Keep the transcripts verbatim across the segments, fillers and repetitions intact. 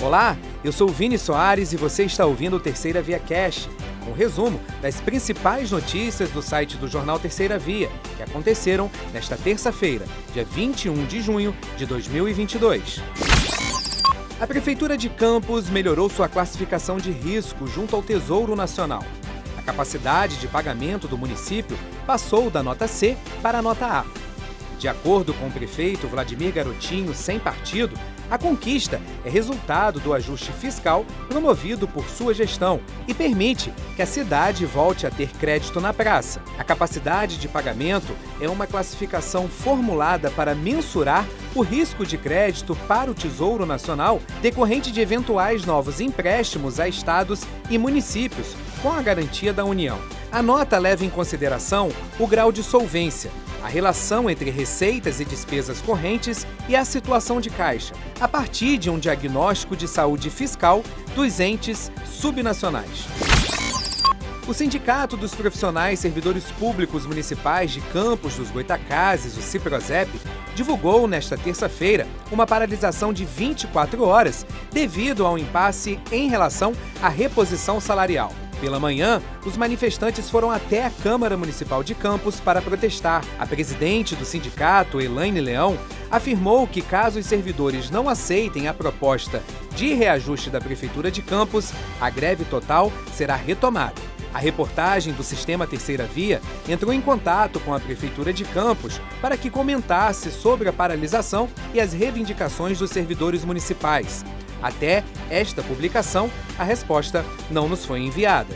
Olá, eu sou o Vini Soares e você está ouvindo o Terceira Via Cast, um resumo das principais notícias do site do jornal Terceira Via, que aconteceram nesta terça-feira, dia vinte e um de junho de dois mil e vinte e dois. A Prefeitura de Campos melhorou sua classificação de risco junto ao Tesouro Nacional. A capacidade de pagamento do município passou da nota C para a nota A. De acordo com o prefeito Vladimir Garotinho, sem partido, a conquista é resultado do ajuste fiscal promovido por sua gestão e permite que a cidade volte a ter crédito na praça. A capacidade de pagamento é uma classificação formulada para mensurar o risco de crédito para o Tesouro Nacional decorrente de eventuais novos empréstimos a estados e municípios, com a garantia da União. A nota leva em consideração o grau de solvência, a relação entre receitas e despesas correntes e a situação de caixa, a partir de um diagnóstico de saúde fiscal dos entes subnacionais. O Sindicato dos Profissionais Servidores Públicos Municipais de Campos dos Goitacazes, o Ciprozep, divulgou nesta terça-feira uma paralisação de vinte e quatro horas devido ao impasse em relação à reposição salarial. Pela manhã, os manifestantes foram até a Câmara Municipal de Campos para protestar. A presidente do sindicato, Elaine Leão, afirmou que caso os servidores não aceitem a proposta de reajuste da Prefeitura de Campos, a greve total será retomada. A reportagem do Sistema Terceira Via entrou em contato com a Prefeitura de Campos para que comentasse sobre a paralisação e as reivindicações dos servidores municipais. Até esta publicação, a resposta não nos foi enviada.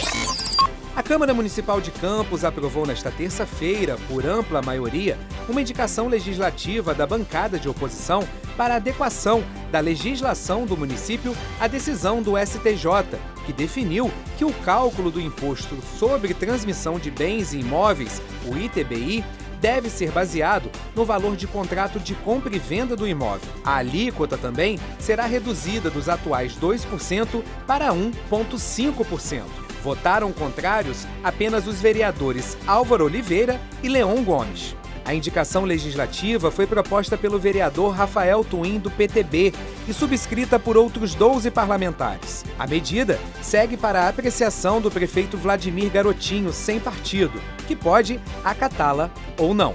A Câmara Municipal de Campos aprovou nesta terça-feira, por ampla maioria, uma indicação legislativa da bancada de oposição para a adequação da legislação do município à decisão do S T J, que definiu que o cálculo do Imposto sobre Transmissão de Bens e Imóveis, o I T B I, deve ser baseado no valor de contrato de compra e venda do imóvel. A alíquota também será reduzida dos atuais dois por cento para um vírgula cinco por cento. Votaram contrários apenas os vereadores Álvaro Oliveira e Leon Gomes. A indicação legislativa foi proposta pelo vereador Rafael Twin, do P T B, e subscrita por outros doze parlamentares. A medida segue para a apreciação do prefeito Vladimir Garotinho, sem partido, que pode acatá-la ou não.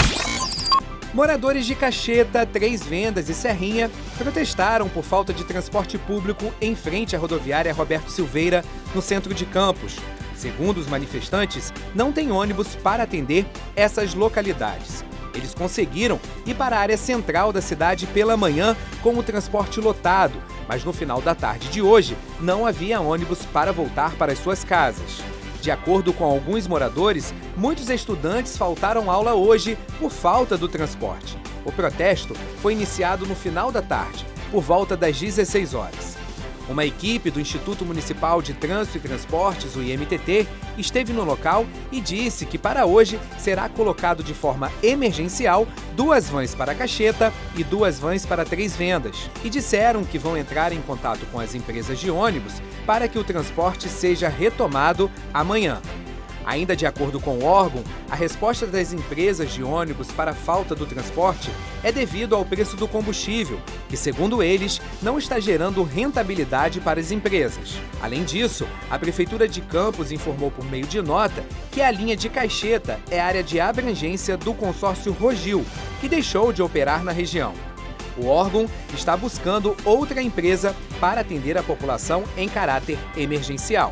Moradores de Caxeta, Três Vendas e Serrinha protestaram por falta de transporte público em frente à rodoviária Roberto Silveira, no centro de Campos. Segundo os manifestantes, não tem ônibus para atender essas localidades. Eles conseguiram ir para a área central da cidade pela manhã com o transporte lotado, mas no final da tarde de hoje não havia ônibus para voltar para as suas casas. De acordo com alguns moradores, muitos estudantes faltaram aula hoje por falta do transporte. O protesto foi iniciado no final da tarde, por volta das dezesseis horas. Uma equipe do Instituto Municipal de Trânsito e Transportes, o I M T T, esteve no local e disse que para hoje será colocado de forma emergencial duas vans para Caxeta e duas vans para Três Vendas. E disseram que vão entrar em contato com as empresas de ônibus para que o transporte seja retomado amanhã. Ainda de acordo com o órgão, a resposta das empresas de ônibus para a falta do transporte é devido ao preço do combustível, que, segundo eles, não está gerando rentabilidade para as empresas. Além disso, a Prefeitura de Campos informou por meio de nota que a linha de Caxeta é área de abrangência do consórcio Rogil, que deixou de operar na região. O órgão está buscando outra empresa para atender a população em caráter emergencial.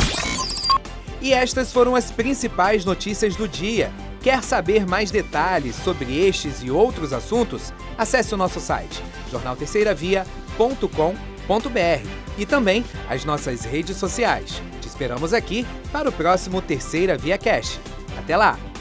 E estas foram as principais notícias do dia. Quer saber mais detalhes sobre estes e outros assuntos? Acesse o nosso site jornal terceira via ponto com ponto br e também as nossas redes sociais. Te esperamos aqui para o próximo Terceira Via Cast. Até lá!